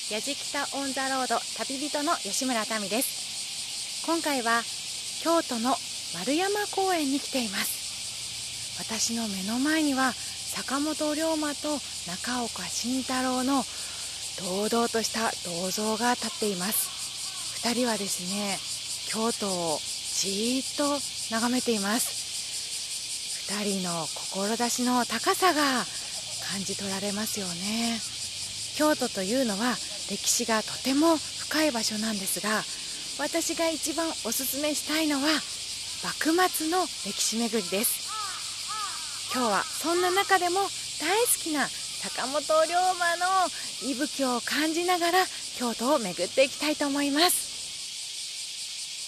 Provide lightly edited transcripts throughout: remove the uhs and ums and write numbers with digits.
やじきたオンザロード旅人の吉村民です。今回は京都の丸山公園に来ています。私の目の前には坂本龍馬と中岡慎太郎の堂々とした銅像が立っています。2人はですね、京都をじーっと眺めています。2人の志の高さが感じ取られますよね。京都というのは歴史がとても深い場所なんですが、私が一番おすすめしたいのは幕末の歴史巡りです。今日はそんな中でも大好きな坂本龍馬の息吹を感じながら京都を巡っていきたいと思います。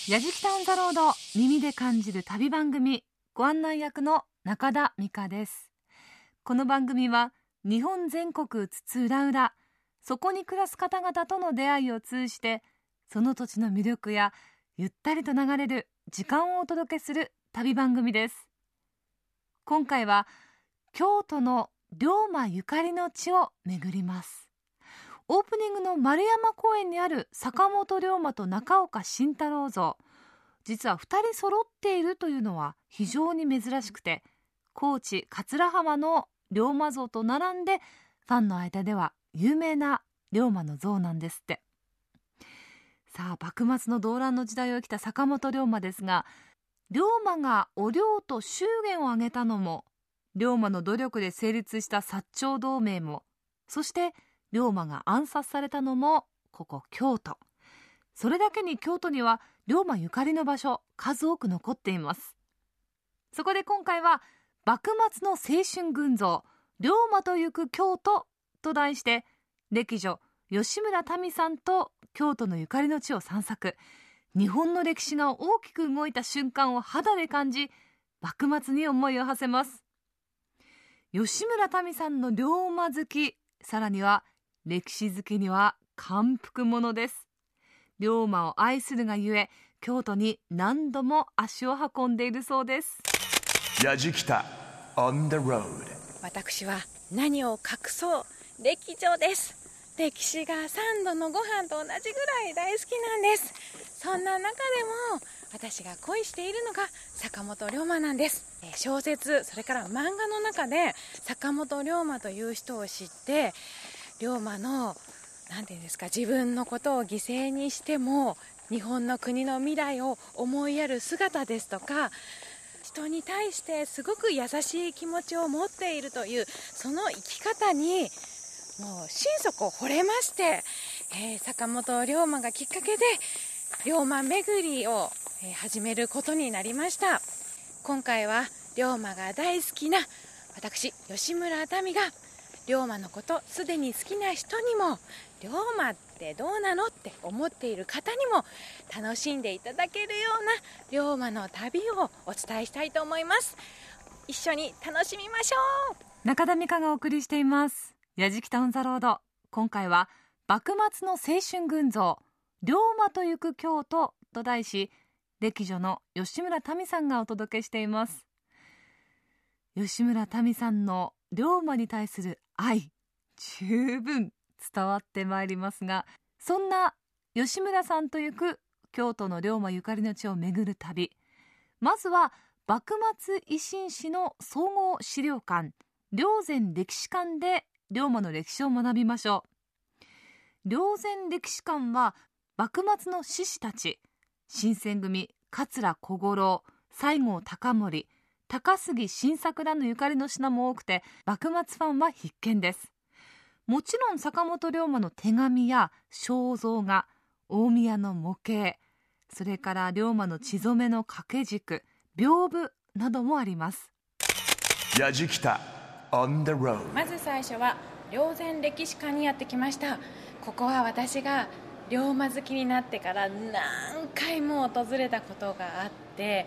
やじきたオンザロード、耳で感じる旅番組、ご案内役の中田美香です。この番組は日本全国津々浦々、そこに暮らす方々との出会いを通じて、その土地の魅力やゆったりと流れる時間をお届けする旅番組です。今回は京都の龍馬ゆかりの地を巡ります。オープニングの丸山公園にある坂本龍馬と中岡慎太郎像、実は2人揃っているというのは非常に珍しくて、高知桂浜の龍馬像と並んでファンの間では有名な龍馬の像なんですって。さあ、幕末の動乱の時代を生きた坂本龍馬ですが、龍馬がお龍と祝言を挙げたのも、龍馬の努力で成立した薩長同盟も、そして龍馬が暗殺されたのもここ京都。それだけに京都には龍馬ゆかりの場所、数多く残っています。そこで今回は幕末の青春群像、龍馬と行く京都と題して、歴女吉村民さんと京都のゆかりの地を散策。日本の歴史が大きく動いた瞬間を肌で感じ、幕末に思いを馳せます。吉村民さんの龍馬好き、さらには歴史好きには感服者です。龍馬を愛するがゆえ、京都に何度も足を運んでいるそうです。 やじきた on the road。 私は何を隠そう歴女です。歴史が3度のご飯と同じぐらい大好きなんです。そんな中でも私が恋しているのが坂本龍馬なんです。小説、それから漫画の中で坂本龍馬という人を知って、龍馬のなんていうんですか、自分のことを犠牲にしても日本の国の未来を思いやる姿ですとか、人に対してすごく優しい気持ちを持っているという、その生き方にもう心底惚れまして、坂本龍馬がきっかけで龍馬巡りを、始めることになりました。今回は龍馬が大好きな私吉村民が、龍馬のことすでに好きな人にも、龍馬ってどうなのって思っている方にも楽しんでいただけるような龍馬の旅をお伝えしたいと思います。一緒に楽しみましょう。 中田美香がお送りしていますやじきたオンザロード。今回は幕末の青春群像、龍馬と行く京都と題し、歴女の吉村民さんがお届けしています。吉村民さんの龍馬に対する愛、十分伝わってまいりますが、そんな吉村さんと行く京都の龍馬ゆかりの地を巡る旅、まずは幕末維新史の総合資料館、霊山歴史館で龍馬の歴史を学びましょう。霊山歴史館は幕末の志士たち、新選組、桂小五郎、西郷隆盛、高杉晋作らのゆかりの品も多くて、幕末ファンは必見です。もちろん坂本龍馬の手紙や肖像画、大宮の模型、それから龍馬の血染めの掛け軸、屏風などもあります。 やじきた on the road。 まず最初は霊山歴史館にやってきました。ここは私が龍馬好きになってから何回も訪れたことがあって、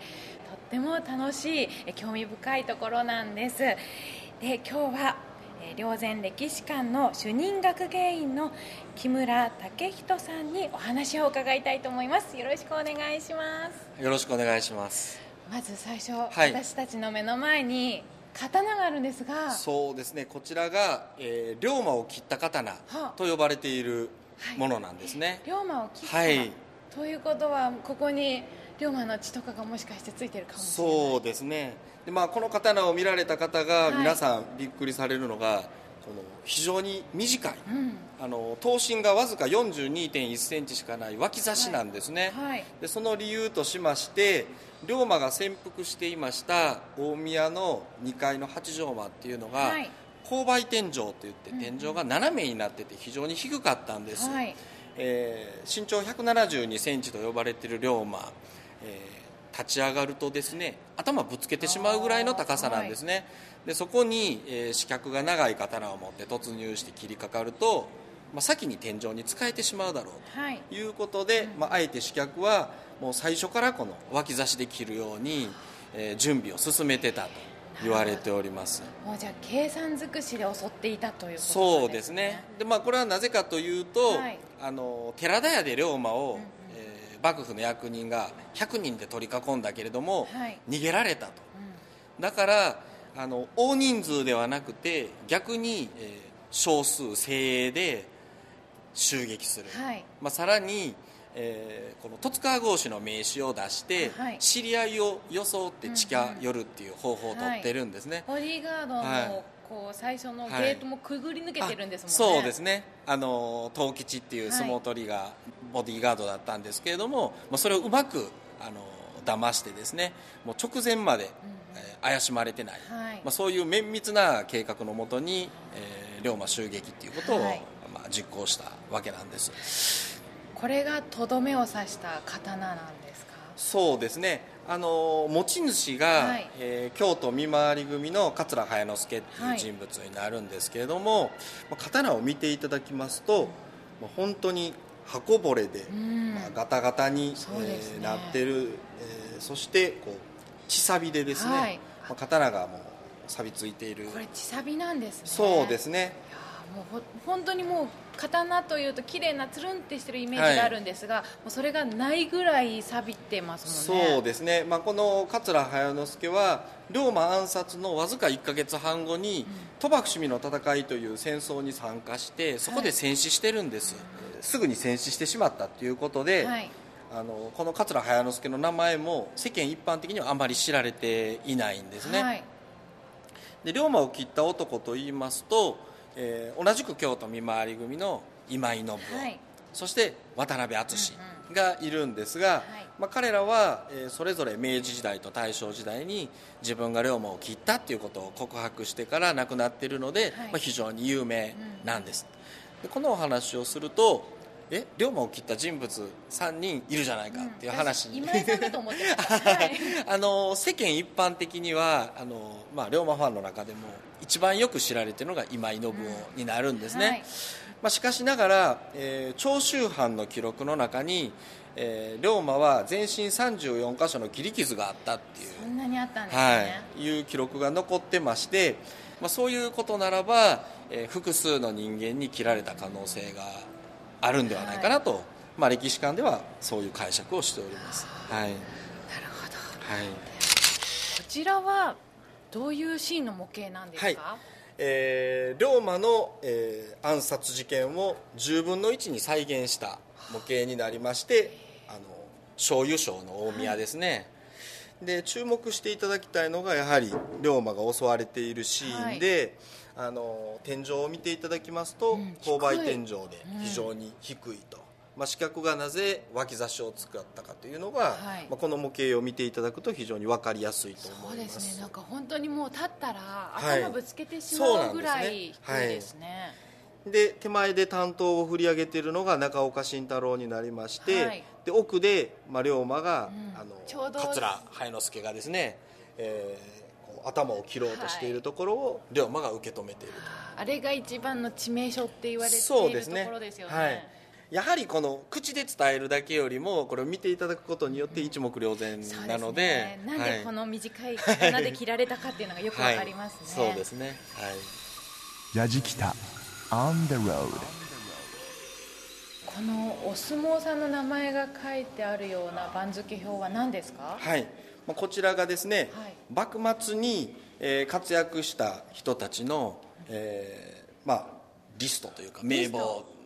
とっても楽しい、興味深いところなんです。で、今日は霊山歴史館の主任学芸員の木村武人さんにお話を伺いたいと思います。よろしくお願いします。 よろしくお願いします。 まず最初、 はい、 私たちの目の前に刀があるんですが、 そうですね、こちらが、龍馬を切った刀と呼ばれているものなんですね。 龍馬を切った、 はい、 ということはここに龍馬の血とかがもしかしてついてるかもしれない。 そうですね。で、この刀を見られた方が皆さんびっくりされるのが、この非常に短い、刀身がわずか 42.1 センチしかない脇差しなんですね。でその理由としまして、龍馬が潜伏していました大宮の2階の八丈間っていうのが、勾配天井といって天井が斜めになってて非常に低かったんです。身長172センチと呼ばれている龍馬、立ち上がるとですね、頭ぶつけてしまうぐらいの高さなんですね。でそこに、刺客が長い刀を持って突入して切りかかると、先に天井に使えてしまうだろうということで、あえて刺客はもう最初からこの脇差しで切るように、準備を進めてたと言われております。 もうじゃあ計算尽くしで襲っていたということですね。 そうですね。で、これはなぜかというと、寺田屋で龍馬を、幕府の役人が100人で取り囲んだけれども、逃げられたと、だから大人数ではなくて逆に、少数精鋭で襲撃する、さらに、この十津川郷士の名刺を出して、知り合いを装って近寄るっていう方法をとってるんですね。 ボディーガードの、こう最初のゲートもくぐり抜けてるんですもんね。 そうですね。藤吉っていう相撲取りがボディーガードだったんですけれども、それをうまく騙してですね、もう直前まで、怪しまれてない、そういう綿密な計画のもとに、龍馬襲撃っていうことを、実行したわけなんです。 これがとどめを刺した刀なんですか？ そうですね。持ち主が、京都見回り組の桂早之助っていう人物になるんですけれども、刀を見ていただきますと、本当に刃こぼれで、ガタガタに、なってる、そしてこう血錆びでですね、刀がもう錆びついている。 これ血錆びなんですね。 そうですね。 いやもう本当にもう刀というと綺麗なつるんってしてるイメージがあるんですが、もうそれがないぐらい錆びてますもんね。 そうですね。この桂早之助は龍馬暗殺のわずか1ヶ月半後に、鳥羽伏見の戦いという戦争に参加して、そこで戦死してるんです。すぐに戦死してしまったということで、この桂早之助の名前も世間一般的にはあまり知られていないんですね。で龍馬を切った男といいますと、同じく京都見回り組の今井信夫、そして渡辺篤がいるんですが、彼らは、それぞれ明治時代と大正時代に自分が龍馬を切ったっていうことを告白してから亡くなっているので、非常に有名なんです。でこのお話をすると、龍馬を切った人物3人いるじゃないかっていう話に、 今井さんだと思ってました、 世間一般的には龍馬ファンの中でも一番よく知られているのが今井信夫になるんですね。しかしながら、長州藩の記録の中に、龍馬は全身34箇所の切り傷があったっていう、 そんなにあったんですね、 いう記録が残ってまして、そういうことならば、複数の人間に切られた可能性があるんではないかなと、歴史観ではそういう解釈をしております。なるほど、 こちらはどういうシーンの模型なんですか？ 龍馬の、暗殺事件を10分の1に再現した模型になりまして、醤油省の大宮ですね、で注目していただきたいのがやはり龍馬が襲われているシーンで、天井を見ていただきますと、勾配天井で非常に低いと、刺客がなぜ脇差しを作ったかというのが、この模型を見ていただくと非常に分かりやすいと思います。 そうですね。なんか本当にもう立ったら頭ぶつけてしまうぐらい低いですね。 で手前で担当を振り上げているのが中岡慎太郎になりまして、で奥で、龍馬が、桂早之助がですね、頭を切ろうとしているところを龍馬が受け止めていると、 あれが一番の致命傷って言われているところですよね。 やはりこの口で伝えるだけよりもこれを見ていただくことによって一目瞭然なので、 なんでこの短い刀で切られたかっていうのがよくわかりますね。 そうですね。 やじきた On the road。 このお相撲さんの名前が書いてあるような番付表は何ですか？ こちらがですね、幕末に、活躍した人たちの、リストというか名簿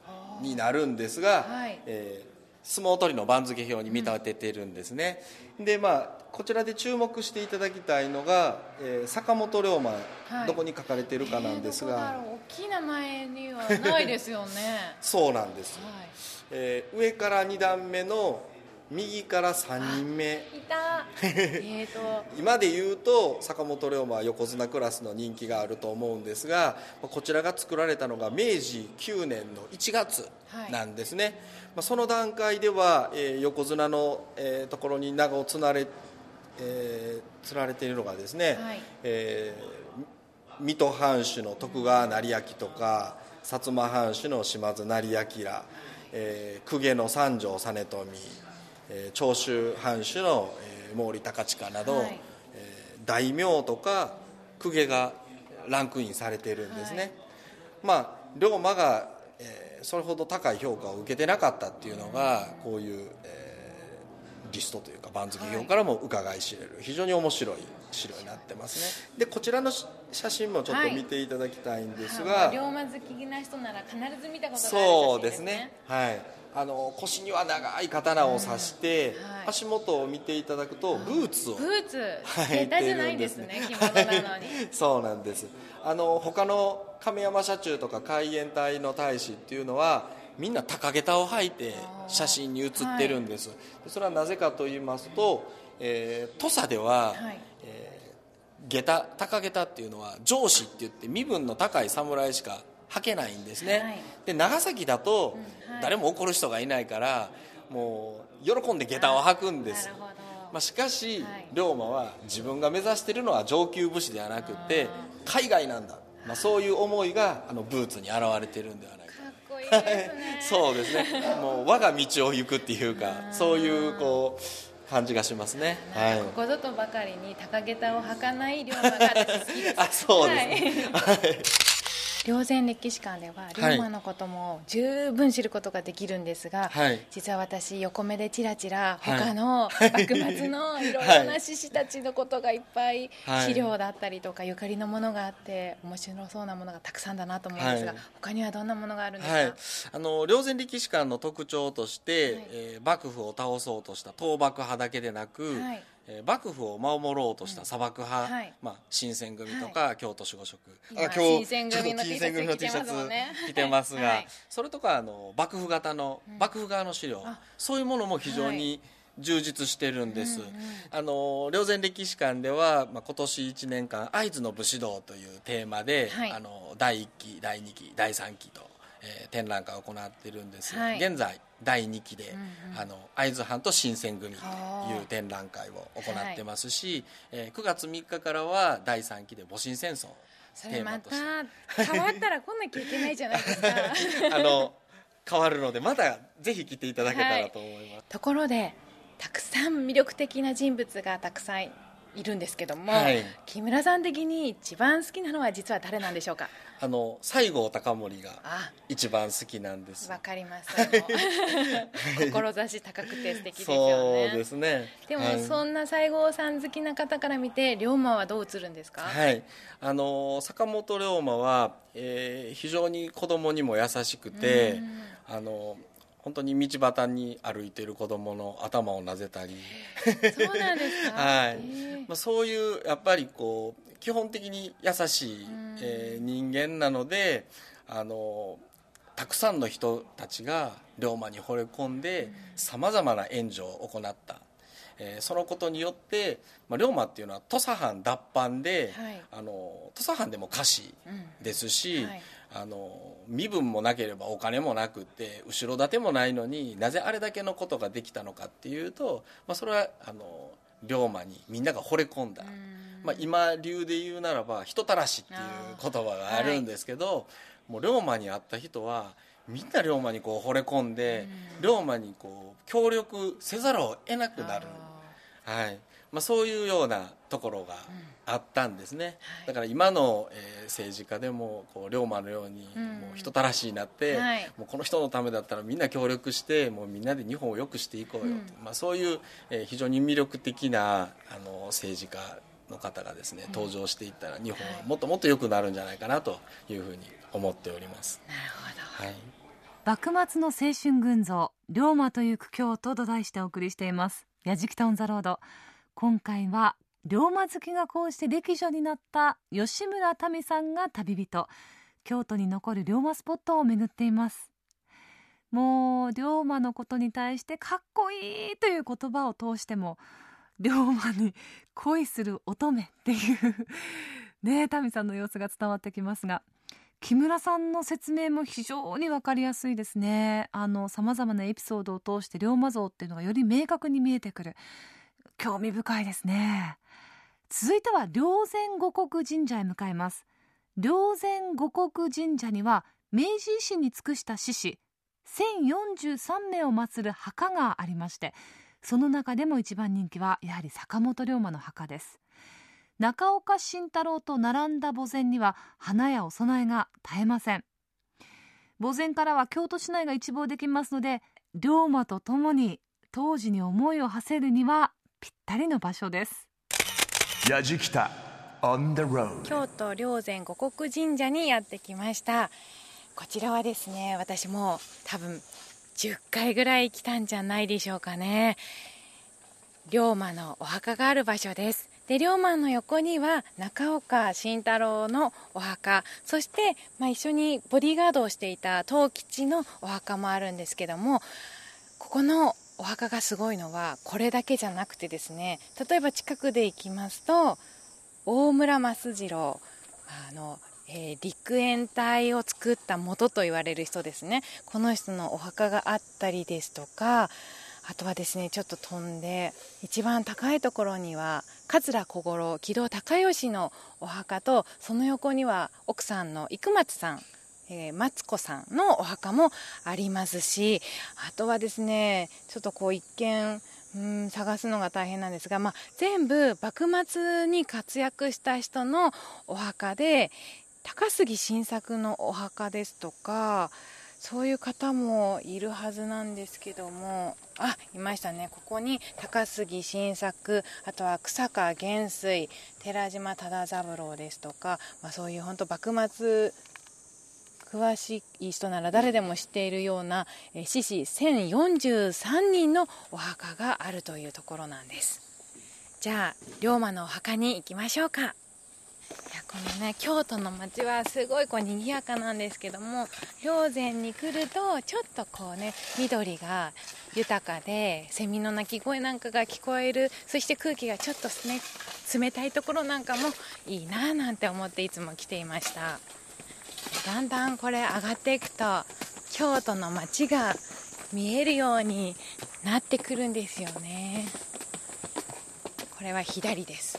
になるんですが、 はい相撲取りの番付表に見立ててるんですね、でこちらで注目していただきたいのが、坂本龍馬、 はいどこに書かれてるかなんですが、 どこだろう、大きい名前にはないですよねそうなんです、 はい上から2段目の右から3人目、 いた今で言うと坂本龍馬は横綱クラスの人気があると思うんですが、こちらが作られたのが明治9年の1月なんですね、その段階では、横綱の、ところに名を連られているのがですね、 はい水戸藩主の徳川斉昭とか薩摩藩主の島津斉彬、公家の三条実富、長州藩主の毛利高親など、 はい大名とか公家がランクインされているんですね、龍馬が、それほど高い評価を受けてなかったっていうのがこういう、リストというか番付表からも伺い知れる、非常に面白い資料になってますね。でこちらの写真もちょっと見ていただきたいんですが、 龍馬好きな人なら必ず見たことがある写真ですね。 そうですね、腰には長い刀を刺して、 はい足元を見ていただくとブーツをブーツ履い下駄じゃていないでねるんですすね。 着物なのにそうなんです。他の亀山社中とか海援隊の大使っていうのはみんな高下駄を履いて写真に写ってるんです、でそれはなぜかと言いますと、土佐では、 はい高下駄っていうのは上司って言って身分の高い侍しか履けないんですね、 はいで長崎だとはい誰も怒る人がいないからもう喜んで下駄を履くんですなるほど、 しかし、 はい龍馬は自分が目指しているのは上級武士ではなくて海外なんだ、そういう思いがブーツに現れているんではないか。 かっこいいですねそうですね、もう我が道を行くっていうか、そういう感じがしますね。はい。 ここぞとばかりに高下駄を履かない龍馬が私好きですあ、そうですね。はい。 霊山歴史館では龍馬のことも十分知ることができるんですが、 はい実は私横目でチラチラはい他の幕末のいろいろな志士たちのことがいっぱいはい資料だったりとかゆかりのものがあって面白そうなものがたくさんだなと思うんですが、 はい他にはどんなものがあるんですか？ はい、霊山歴史館の特徴として、 はい幕府を倒そうとした倒幕派だけでなく、 はい幕府を守ろうとした左幕派、 はい新選組とか、京都守護職、 今今日新選組のちょっと新選組の T シャツ着てますもんね着てますが、 はいそれとか幕府型の、幕府側の資料、そういうものも非常に充実してるんです、霊山歴史館では、今年1年間会津の武士道というテーマで、 はい第1期第2期第3期と、展覧会を行っているんですが、 はい現在第2期で、会津藩と新選組という展覧会を行ってますし、9月3日からは第3期で戊辰戦争をそれまテーマとしてた変わったら来なきゃいけないじゃないですか変わるのでまたぜひ来ていただけたらと思います、 ところでたくさん魅力的な人物がたくさんいるんですけども、 はい木村さん的に一番好きなのは実は誰なんでしょうか？ 西郷隆盛があ、 一番好きなんです。 わかりますそれも志高くて素敵ですよね。 そうですね。 でも、 はいそんな西郷さん好きな方から見て龍馬はどう映るんですか？ はい、坂本龍馬は、非常に子供にも優しくて、本当に道端に歩いている子供の頭をなでたりそうなんですか？ はいへえそういうやっぱり基本的に優しい、人間なのでたくさんの人たちが龍馬に惚れ込んでさまざまな援助を行った、そのことによって、龍馬っていうのは土佐藩脱藩で、 はい土佐藩でも家臣ですし、 はい身分もなければお金もなくって後ろ盾もないのになぜあれだけのことができたのかっていうと、それは龍馬にみんなが惚れ込んだ、今流で言うならば人たらしっていう言葉があるんですけど、もう龍馬に会った人はみんな龍馬に惚れ込んで、龍馬に協力せざるを得なくなる、はいそういうようなところがあったんですね、だから今の、政治家でも龍馬のようにもう人たらしになって、 はいもうこの人のためだったらみんな協力してもうみんなで日本を良くしていこうよと、そういう、非常に魅力的な政治家の方がですね、登場していったら日本はもっともっと良くなるんじゃないかなというふうに思っております。 なるほど。 はい幕末の青春群像龍馬という苦境と土題してお送りしていますやじきたオンザロード。今回は龍馬好きがこうして歴女になった吉村民さんが旅人、京都に残る龍馬スポットを巡っています。もう龍馬のことに対してかっこいいという言葉を通しても龍馬に恋する乙女っていうねえ、民さんの様子が伝わってきますが、木村さんの説明も非常に分かりやすいですね。さまざまなエピソードを通して龍馬像っていうのがより明確に見えてくる。興味深いですね。続いては霊山護国神社へ向かいます。霊山護国神社には明治維新に尽くした志士1043名を祀る墓がありまして、その中でも一番人気はやはり坂本龍馬の墓です。中岡慎太郎と並んだ墓前には花やお供えが絶えません。墓前からは京都市内が一望できますので、龍馬とともに当時に思いを馳せるにはぴったりの場所です。 やじきた on the road。 京都霊山護国神社にやってきました。こちらはですね、私も多分10回ぐらい来たんじゃないでしょうかね。龍馬のお墓がある場所です。で、龍馬の横には中岡慎太郎のお墓、そして、一緒にボディーガードをしていた藤吉のお墓もあるんですけども、ここのお墓がすごいのはこれだけじゃなくてですね、例えば近くで行きますと大村益次郎、陸援隊を作った元と言われる人ですね。この人のお墓があったりですとか、あとはですね、ちょっと飛んで一番高いところには桂小五郎木戸孝允のお墓と、その横には奥さんの生松さん、マツコさんのお墓もありますし、あとはですね、ちょっとこう一見探すのが大変なんですが、全部幕末に活躍した人のお墓で、高杉晋作のお墓ですとか、そういう方もいるはずなんですけども、いましたね。ここに高杉晋作、あとは草加元帥、寺島忠三郎ですとか、そういう本当幕末詳しい人なら誰でも知っているような志士1043人のお墓があるというところなんです。じゃあ龍馬のお墓に行きましょうか。このね、京都の街はすごい賑やかなんですけども、霊山に来るとちょっと緑が豊かで、セミの鳴き声なんかが聞こえる、そして空気がちょっとね、冷たいところなんかもいいななんて思っていつも来ていました。だんだんこれ上がっていくと京都の街が見えるようになってくるんですよね。これは左です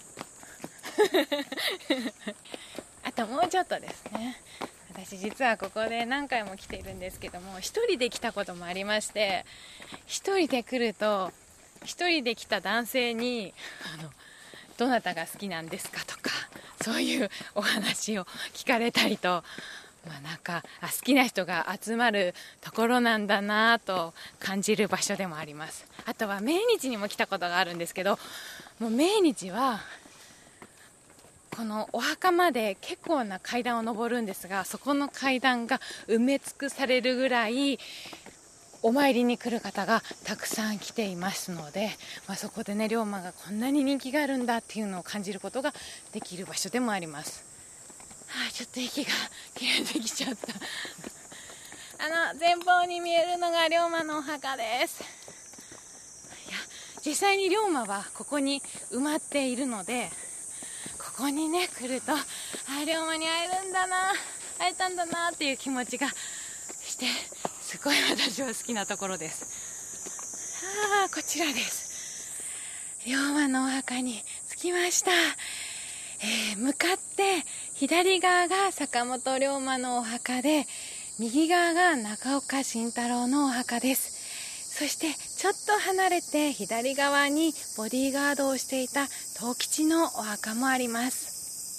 あともうちょっとですね。私実はここで何回も来ているんですけども、一人で来たこともありまして、一人で来ると一人で来た男性にどなたが好きなんですかとか、そういうお話を聞かれたりと、好きな人が集まるところなんだなと感じる場所でもあります。あとは命日にも来たことがあるんですけど、もう命日はこのお墓まで結構な階段を上るんですが、そこの階段が埋め尽くされるぐらいお参りに来る方がたくさん来ていますので、そこでね、龍馬がこんなに人気があるんだっていうのを感じることができる場所でもあります。ちょっと息が切れてきちゃった前方に見えるのが龍馬のお墓です。実際に龍馬はここに埋まっているので、ここにね来ると、龍馬に会えるんだな、会えたんだなっていう気持ちがして、すごい私は好きなところです。こちらです。龍馬のお墓に着きました。向かって左側が坂本龍馬のお墓で、右側が中岡慎太郎のお墓です。そしてちょっと離れて左側にボディーガードをしていた藤吉のお墓もあります。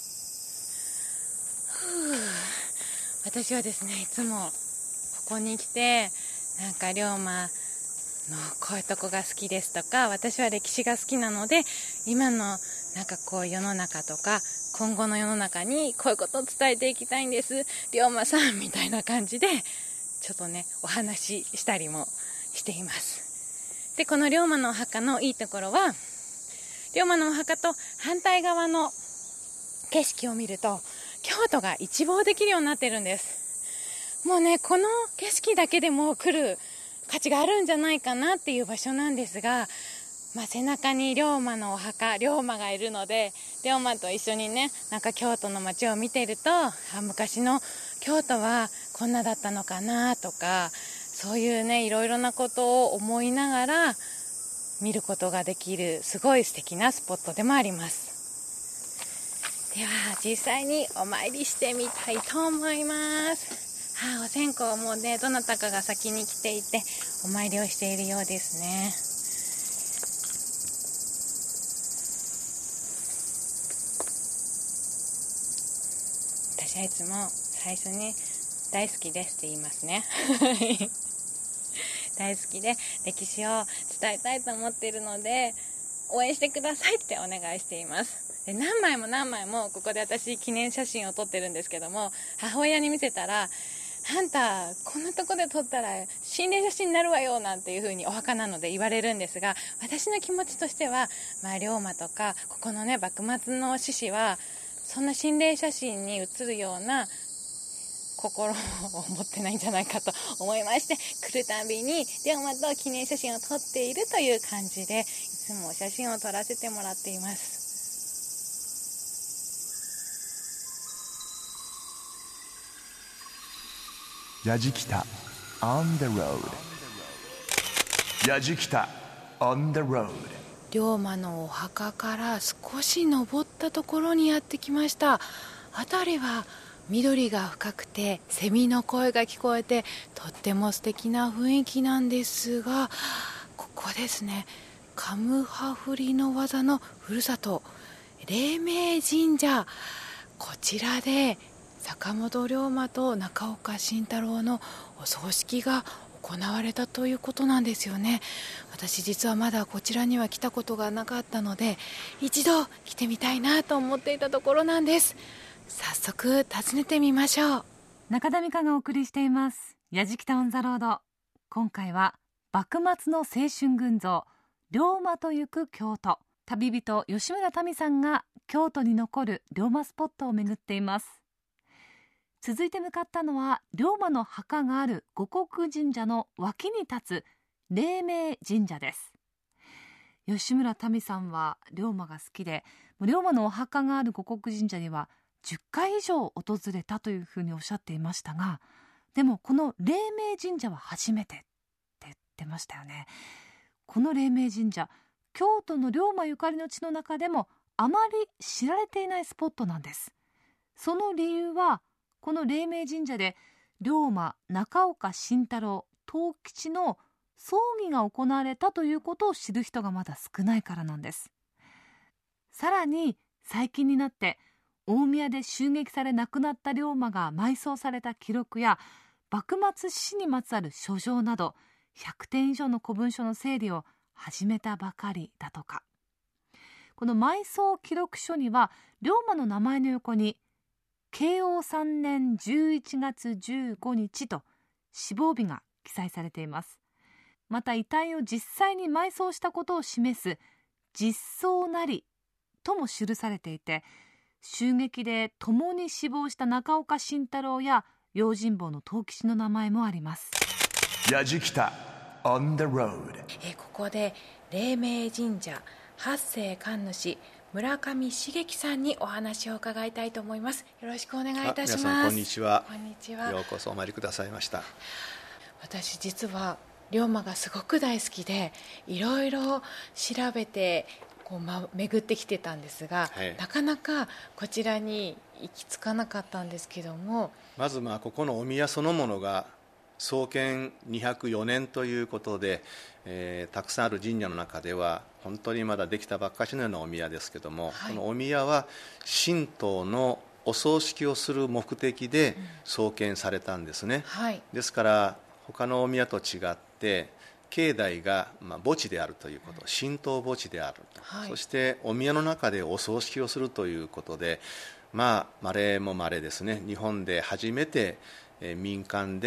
私はですね、いつもここに来て龍馬のこういうとこが好きですとか、私は歴史が好きなので、今の世の中とか今後の世の中にこういうことを伝えていきたいんです、龍馬さんみたいな感じでちょっとねお話ししたりもしています。でこの龍馬のお墓のいいところは、龍馬のお墓と反対側の景色を見ると京都が一望できるようになってるんです。もうねこの景色だけでも来る価値があるんじゃないかなっていう場所なんですが、背中に龍馬のお墓、龍馬がいるので、龍馬と一緒にねなんか京都の街を見ていると、昔の京都はこんなだったのかなとか、そういうねいろいろなことを思いながら見ることができる、すごい素敵なスポットでもあります。では実際にお参りしてみたいと思います。お線香もねどなたかが先に来ていてお参りをしているようですね。私はいつも最初に大好きですって言いますね大好きで歴史を伝えたいと思っているので応援してくださいってお願いしています。で何枚もここで私記念写真を撮ってるんですけども、母親に見せたら、あんたこんなとこで撮ったら心霊写真になるわよなんていう風にお墓なので言われるんですが、私の気持ちとしては、龍馬とかここのね幕末の志士はそんな心霊写真に写るような心を持ってないんじゃないかと思いまして、来るたびに龍馬と記念写真を撮っているという感じでいつも写真を撮らせてもらっています。 やじきた on the road やじきた on the road。 龍馬のお墓から少し登ったところにやってきました。辺りは緑が深くてセミの声が聞こえてとっても素敵な雰囲気なんですが、ここですね、カムハフリの技のふるさと黎明神社、こちらで坂本龍馬と中岡慎太郎のお葬式が行われたということなんですよね。私実はまだこちらには来たことがなかったので一度来てみたいなと思っていたところなんです。早速訪ねてみましょう。 中田美香がお送りしていますやじきたオンザロード。今回は幕末の青春群像龍馬と行く京都、旅人吉村民さんが京都に残る龍馬スポットを巡っています。続いて向かったのは龍馬の墓がある護国神社の脇に立つ黎明神社です。吉村民さんは龍馬が好きで、龍馬のお墓がある護国神社には10回以上訪れたというふうにおっしゃっていましたが、でもこの黎明神社は初めてって言ってましたよね。この黎明神社、京都の龍馬ゆかりの地の中でもあまり知られていないスポットなんです。その理由は、この黎明神社で龍馬、中岡慎太郎、藤吉の葬儀が行われたということを知る人がまだ少ないからなんです。さらに最近になって大宮で襲撃され亡くなった龍馬が埋葬された記録や幕末史にまつわる書状など100点以上の古文書の整理を始めたばかりだとか。この埋葬記録書には龍馬の名前の横に慶応3年11月15日と死亡日が記載されています。また遺体を実際に埋葬したことを示す実葬なりとも記されていて、襲撃で共に死亡した中岡慎太郎や用心棒の藤吉の名前もあります。 やじきた on the road。 ここで黎明神社八世神主村上茂樹さんにお話を伺いたいと思います。よろしくお願いいたします。 皆さんこんにちは。 こんにちは。 ようこそお参りくださいました。 私実は龍馬がすごく大好きでいろいろ調べて巡ってきてたんですが、 はい、 なかなかこちらに行き着かなかったんですけども、 まずここのお宮そのものが創建204年ということで、たくさんある神社の中では本当にまだできたばっかしのようなお宮ですけども、はい、このお宮は神道のお葬式をする目的で創建されたんですね、はい、ですから他のお宮と違って境内が墓地であるということ、神道墓地であると、はい、そしてお宮の中でお葬式をするということで、稀も稀ですね、日本で初めて民間で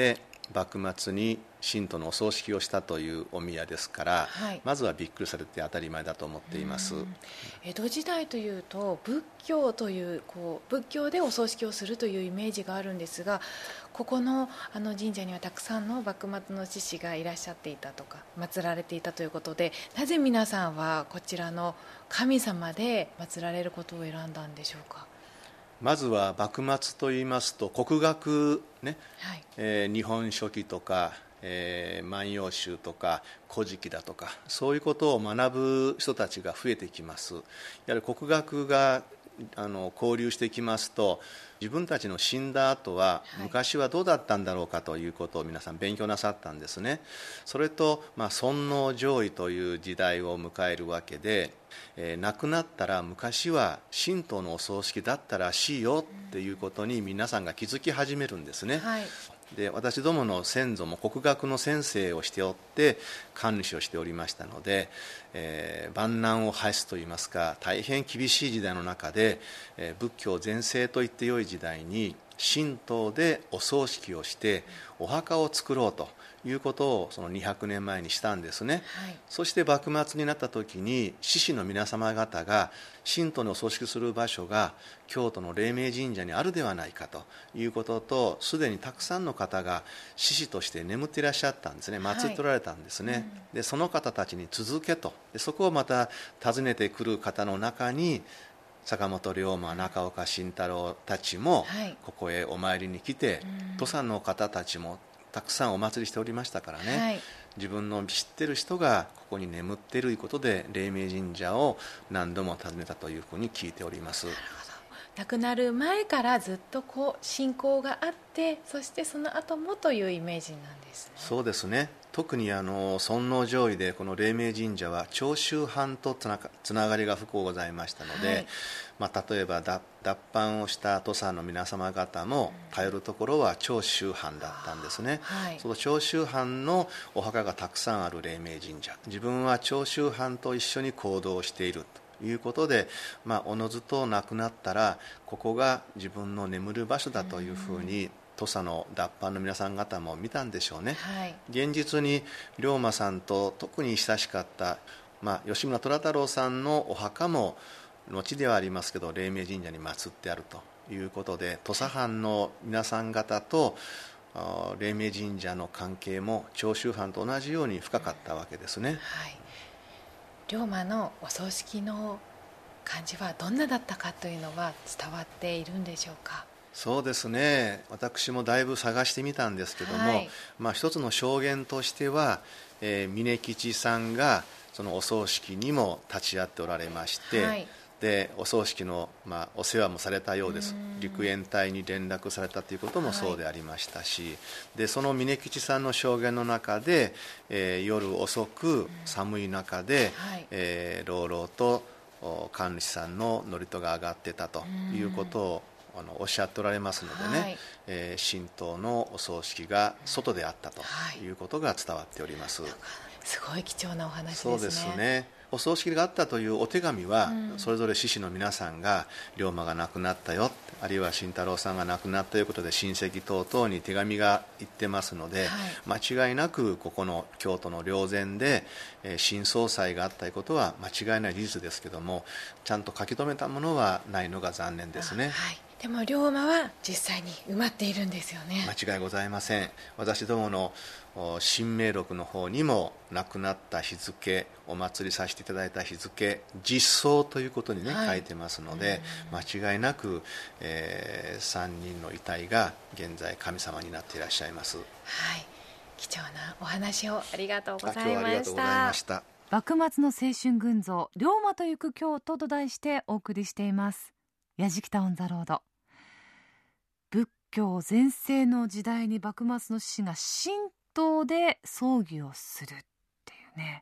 幕末に神道のお葬式をしたというお宮ですから、まずはびっくりされて当たり前だと思っています。 江戸時代というと仏教という、仏教でお葬式をするというイメージがあるんですが、ここの神社にはたくさんの幕末の志士がいらっしゃっていたとか祀られていたということで、なぜ皆さんはこちらの神様で祀られることを選んだんでしょうか。 まずは幕末といいますと国学ね、日本書紀とか、万葉集とか古事記だとか、そういうことを学ぶ人たちが増えてきます。やはり国学が交流してきますと、自分たちの死んだ後は昔はどうだったんだろうかということを皆さん勉強なさったんですね。それと、尊王攘夷という時代を迎えるわけで、亡くなったら昔は神道のお葬式だったらしいよっていうことに皆さんが気づき始めるんですね。で、私どもの先祖も国学の先生をしておって神主をしておりましたので、万難を排すといいますか、大変厳しい時代の中で、仏教全盛と言ってよい時代に神道でお葬式をしてお墓を作ろうということをその200年前にしたんですね。そして幕末になった時に志士の皆様方が神道のお葬式する場所が京都の黎明神社にあるではないかということと、すでにたくさんの方が志士として眠っていらっしゃったんですね。祀っておられたんですね。で、その方たちに続けと、でそこをまた訪ねてくる方の中に坂本龍馬、中岡慎太郎たちもここへお参りに来て、土佐の方たちもたくさんお祭りしておりましたからね、自分の知ってる人がここに眠っているということで黎明神社を何度も訪ねたというふうに聞いております。 亡くなる前からずっと信仰があって、そしてその後もというイメージなんですね。 そうですね。特に尊王攘夷でこの黎明神社は長州藩とつながりが深くございましたので、例えば脱藩をした土佐の皆様方も頼るところは長州藩だったんですね。その長州藩のお墓がたくさんある黎明神社、自分は長州藩と一緒に行動しているということで、おのずと亡くなったらここが自分の眠る場所だというふうに土佐の脱藩の皆さん方も見たんでしょうね。現実に龍馬さんと特に親しかった、吉村虎太郎さんのお墓も後ではありますけど黎明神社に祀ってあるということで、土佐藩の皆さん方と黎明神社の関係も長州藩と同じように深かったわけですね。 龍馬のお葬式の感じはどんなだったかというのは伝わっているんでしょうか。 そうですね、私もだいぶ探してみたんですけども、一つの証言としては、峯吉さんがそのお葬式にも立ち会っておられまして、でお葬式の、お世話もされたようです。陸援隊に連絡されたということもそうでありましたし、でその峯吉さんの証言の中で、夜遅く寒い中で、朗々と神主さんの祝詞が上がってたということをおっしゃっておられますのでね、神道のお葬式が外であったということが伝わっております。 すごい貴重なお話ですね。 そうですね。お葬式があったというお手紙は、それぞれ志士の皆さんが龍馬が亡くなったよ、あるいは慎太郎さんが亡くなったということで親戚等々に手紙が行ってますので、間違いなくここの京都の霊前で新総裁があったということは間違いない事実ですけども、ちゃんと書き留めたものはないのが残念ですね。 でも龍馬は実際に埋まっているんですよね。 間違いございません。私どもの神明録の方にも亡くなった日付、お祭りさせていただいた日付、実相ということにね、書いてますので、間違いなく、3人の遺体が現在神様になっていらっしゃいます。 貴重なお話をありがとうございました。 今日はありがとうございました。 幕末の青春群像、龍馬と行く京都と題してお送りしています。やじきたオンザロード。仏教全盛の時代に幕末の志士が神道で葬儀をするっていうね、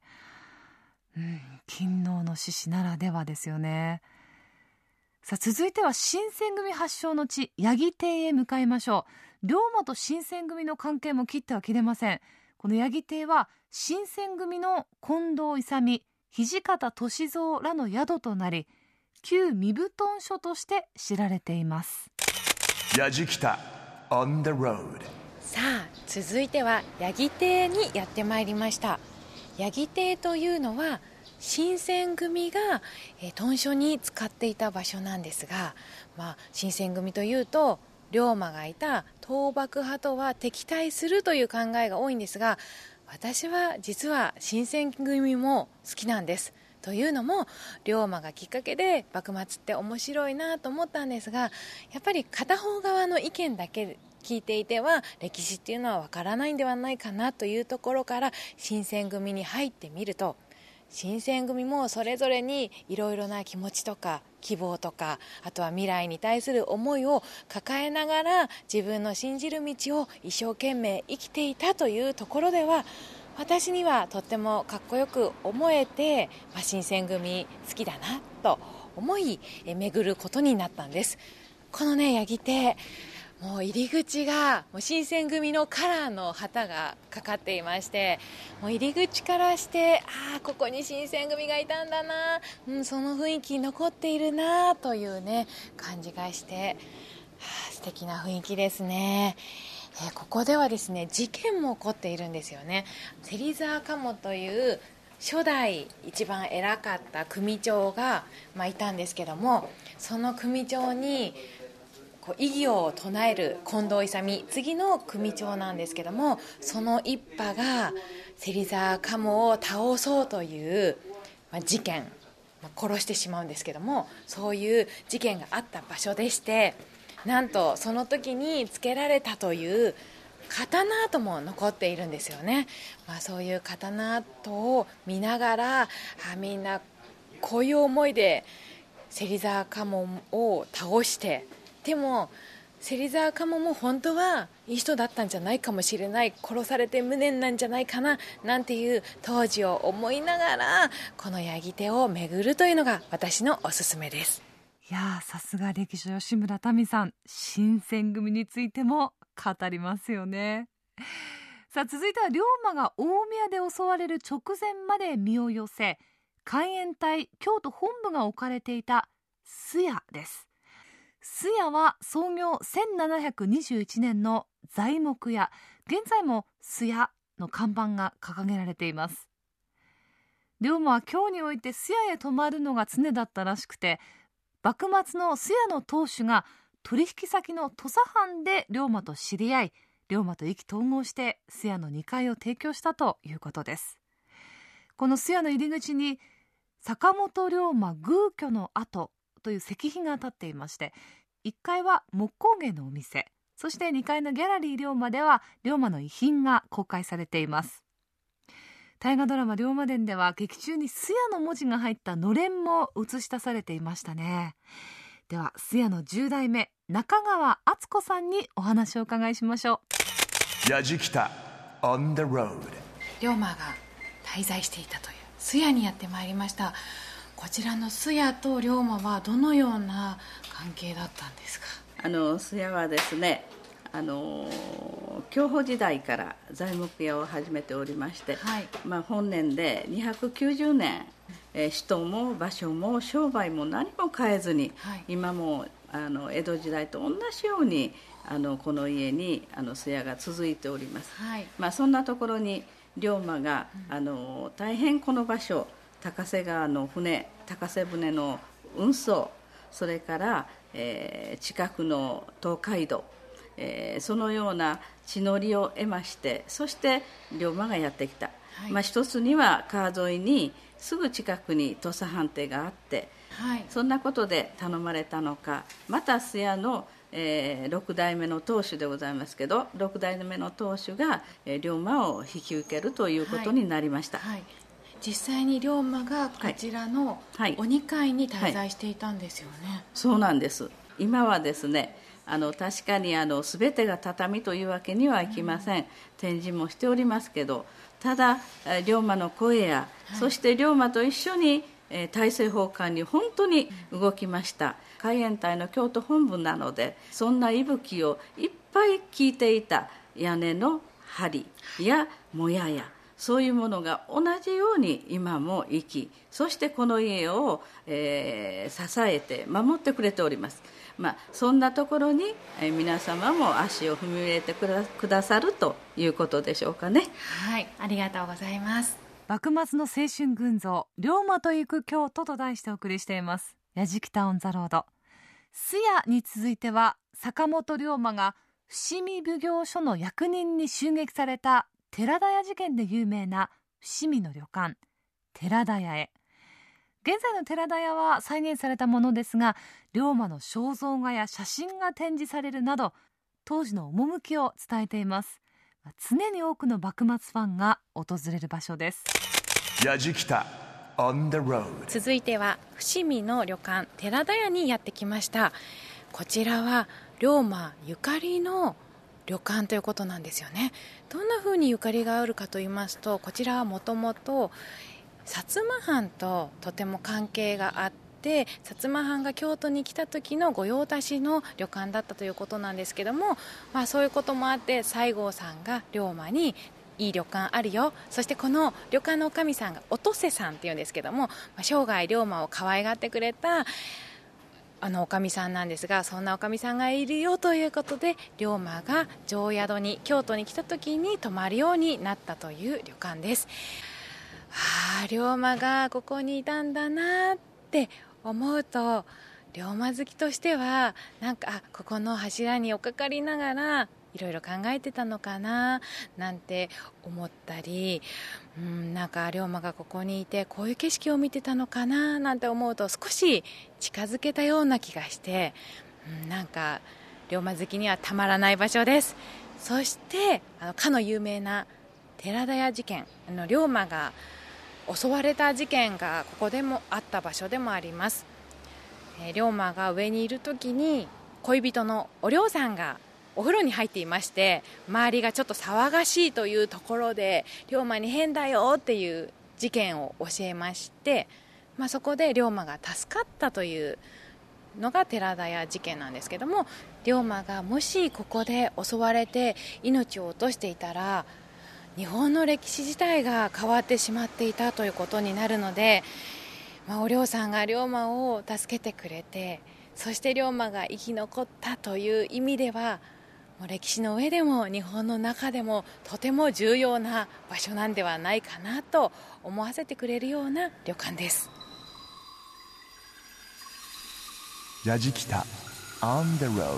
勤王の志士ならではですよね。さあ、続いては新選組発祥の地八木邸へ向かいましょう。龍馬と新選組の関係も切っては切れません。この八木邸は新選組の近藤勇、土方歳三らの宿となり、旧身布団所として知られています。 やじきた on the road。 さあ続いては八木邸にやってまいりました。八木邸というのは新選組が屯所に使っていた場所なんですが、新選組というと龍馬がいた倒幕派とは敵対するという考えが多いんですが、私は実は新選組も好きなんです。というのも龍馬がきっかけで幕末って面白いなと思ったんですが、やっぱり片方側の意見だけ聞いていては歴史っていうのはわからないんではないかなというところから新選組に入ってみると、新選組もそれぞれにいろいろな気持ちとか希望とか、あとは未来に対する思いを抱えながら自分の信じる道を一生懸命生きていたというところでは、私にはとってもかっこよく思えて、新選組好きだなと思い巡ることになったんです。このね八木邸、もう入り口がもう新選組のカラーの旗がかかっていまして、もう入り口からしてここに新選組がいたんだな、その雰囲気残っているなというね感じがして、素敵な雰囲気ですね。ここではですね事件も起こっているんですよね。芹沢鴨という初代一番偉かった組長が、いたんですけども、その組長に異議を唱える近藤勇、次の組長なんですけども、その一派が芹沢鴨を倒そうという、事件、殺してしまうんですけども、そういう事件があった場所でして、なんとその時につけられたという刀跡も残っているんですよね。そういう刀跡を見ながらみんなこういう思いで芹沢鴨を倒して、でも芹沢鴨も本当はいい人だったんじゃないかもしれない、殺されて無念なんじゃないかななんていう当時を思いながらこの八木邸を巡るというのが私のおすすめです。 いやさすが歴史吉村民さん、新選組についても語りますよね。さあ続いては龍馬が大宮で襲われる直前まで身を寄せ、海援隊京都本部が置かれていた須谷です。須谷は創業1721年の材木屋、現在も須谷の看板が掲げられています。龍馬は京において須谷へ泊まるのが常だったらしくて、幕末の須谷の当主が取引先の土佐藩で龍馬と知り合い、龍馬と意気投合して須谷の2階を提供したということです。この須谷の入り口に坂本龍馬寓居の跡という石碑が立っていまして、1階は木工芸のお店、そして2階のギャラリー龍馬では龍馬の遺品が公開されています。大河ドラマ龍馬伝では劇中に須谷の文字が入ったのれんも映し出されていましたね。では須谷の10代目中川敦子さんにお話をお伺いしましょう。やじきた on the road。 龍馬が滞在していたという須谷にやってまいりました。こちらの須谷と龍馬はどのような関係だったんですか？ 須谷はですね、享保時代から材木屋を始めておりまして、本年で290年、人も場所も商売も何も変えずに、今も江戸時代と同じようにこの家に須谷が続いております。そんなところに龍馬が大変この場所、高瀬川の船、高瀬船の運送、それから、近くの東海道、そのような地の利を得まして、そして龍馬がやってきた、一つには川沿いにすぐ近くに土佐藩邸があって、そんなことで頼まれたのか、また須谷の、6代目の当主でございますけど、6代目の当主が、龍馬を引き受けるということになりました。 実際に龍馬がこちらのお二階に滞在していたんですよね。 そうなんです。今はですね、確かに全てが畳というわけにはいきません。展示もしておりますけど、ただ龍馬の声や、そして龍馬と一緒に大政奉還に本当に動きました。海援隊の京都本部なので、そんな息吹をいっぱい聞いていた屋根の梁やもやや、 そういうものが同じように今も生き、そしてこの家を、支えて守ってくれております。そんなところに、皆様も足を踏み入れてくださるということでしょうかね。 はい、ありがとうございます。 幕末の青春群像、龍馬と行く京都と題してお送りしています。やじきたオンザロード。須谷に続いては、坂本龍馬が伏見奉行所の役人に襲撃された寺田屋事件で有名な伏見の旅館寺田屋へ。現在の寺田屋は再現されたものですが、龍馬の肖像画や写真が展示されるなど、当時の趣を伝えています。常に多くの幕末ファンが訪れる場所です。 やじきた on the road。 続いては伏見の旅館寺田屋にやってきました。こちらは龍馬ゆかりの旅館ということなんですよね。どんな風にゆかりがあるかと言いますと、こちらはもともと薩摩藩ととても関係があって、薩摩藩が京都に来た時の御用達の旅館だったということなんですけども、そういうこともあって西郷さんが龍馬にいい旅館あるよ、そしてこの旅館のおかみさんがおとせさんっていうんですけども、生涯龍馬を可愛がってくれたおかみさんなんですが、そんなおかみさんがいるよということで、龍馬が定宿に京都に来た時に泊まるようになったという旅館です。龍馬がここにいたんだなって思うと、龍馬好きとしてはここの柱におかかりながらいろいろ考えてたのかななんて思ったり、龍馬がここにいてこういう景色を見てたのかななんて思うと、少し近づけたような気がして、龍馬好きにはたまらない場所です。そしてかの有名な寺田屋事件、龍馬が襲われた事件がここでもあった場所でもあります。龍馬が上にいる時に恋人のお涼さんがお風呂に入っていまして、周りがちょっと騒がしいというところで龍馬に変だよっていう事件を教えまして、そこで龍馬が助かったというのが寺田屋事件なんですけども、龍馬がもしここで襲われて命を落としていたら、日本の歴史自体が変わってしまっていたということになるので、お涼さんが龍馬を助けてくれて、そして龍馬が生き残ったという意味では、もう歴史の上でも日本の中でもとても重要な場所なんではないかなと思わせてくれるような旅館です。 やじきた on the road。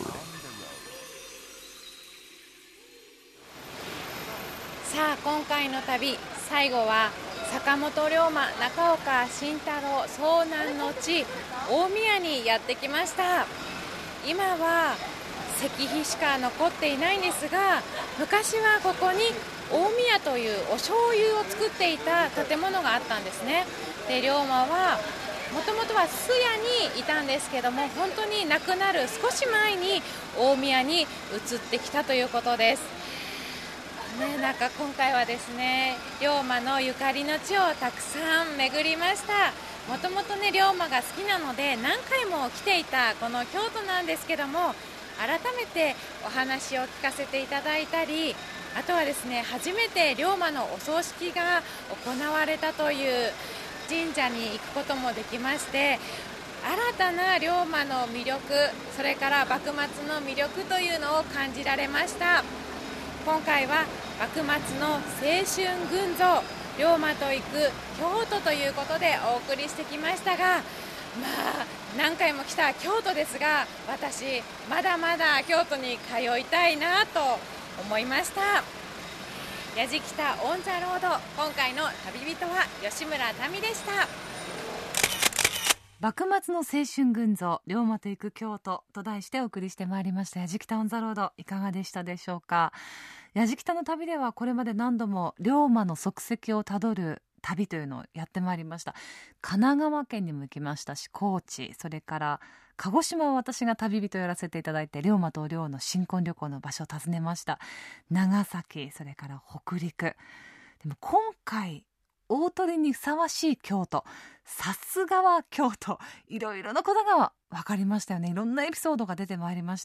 さあ、今回の旅最後は坂本龍馬、中岡慎太郎遭難の地大宮にやってきました。今は石碑しか残っていないんですが、昔はここに大宮というお醤油を作っていた建物があったんですね。で、龍馬はもともとは須谷にいたんですけども、本当に亡くなる少し前に大宮に移ってきたということです。今回はですね、龍馬のゆかりの地をたくさん巡りました。もともと龍馬が好きなので何回も来ていたこの京都なんですけども、改めてお話を聞かせていただいたり、あとはですね、初めて龍馬のお葬式が行われたという神社に行くこともできまして、新たな龍馬の魅力、それから幕末の魅力というのを感じられました。今回は幕末の青春群像、龍馬と行く京都ということでお送りしてきましたが、何回も来た京都ですが、私まだまだ京都に通いたいなと思いました。やじきたオンザロード、今回の旅人は吉村民でした。 幕末の青春群像、龍馬と行く京都と題してお送りしてまいりました。やじきたオンザロード、いかがでしたでしょうか。やじきたの旅ではこれまで何度も龍馬の足跡をたどる旅というのをやってまいりました。神奈川県にも行きましたし、高知、それから鹿児島を私が旅人をやらせていただいて、龍馬と龍の新婚旅行の場所を訪ねました。長崎、それから北陸。でも今回大鳥にふさわしい京都、さすがは京都、いろいろなことが分かりましたよね。いろんなエピソードが出てまいりました。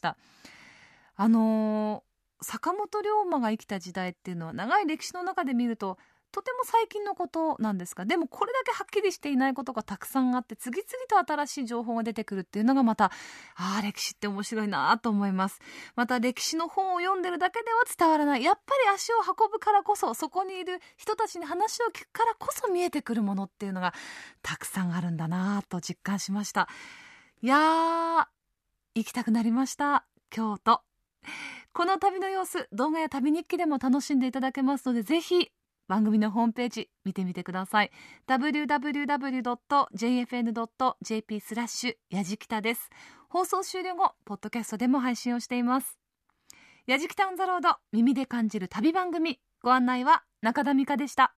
坂本龍馬が生きた時代っていうのは長い歴史の中で見るととても最近のことなんですが、でもこれだけはっきりしていないことがたくさんあって、次々と新しい情報が出てくるっていうのがまた歴史って面白いなと思います。また歴史の本を読んでるだけでは伝わらない、やっぱり足を運ぶからこそ、そこにいる人たちに話を聞くからこそ見えてくるものっていうのがたくさんあるんだなと実感しました。いやー、行きたくなりました。京都。この旅の様子、動画や旅日記でも楽しんでいただけますので、ぜひ番組のホームページ見てみてください。 www.jfn.jp/ やじきたです。放送終了後ポッドキャストでも配信をしています。やじきたオンザロード、耳で感じる旅番組、ご案内は中田美香でした。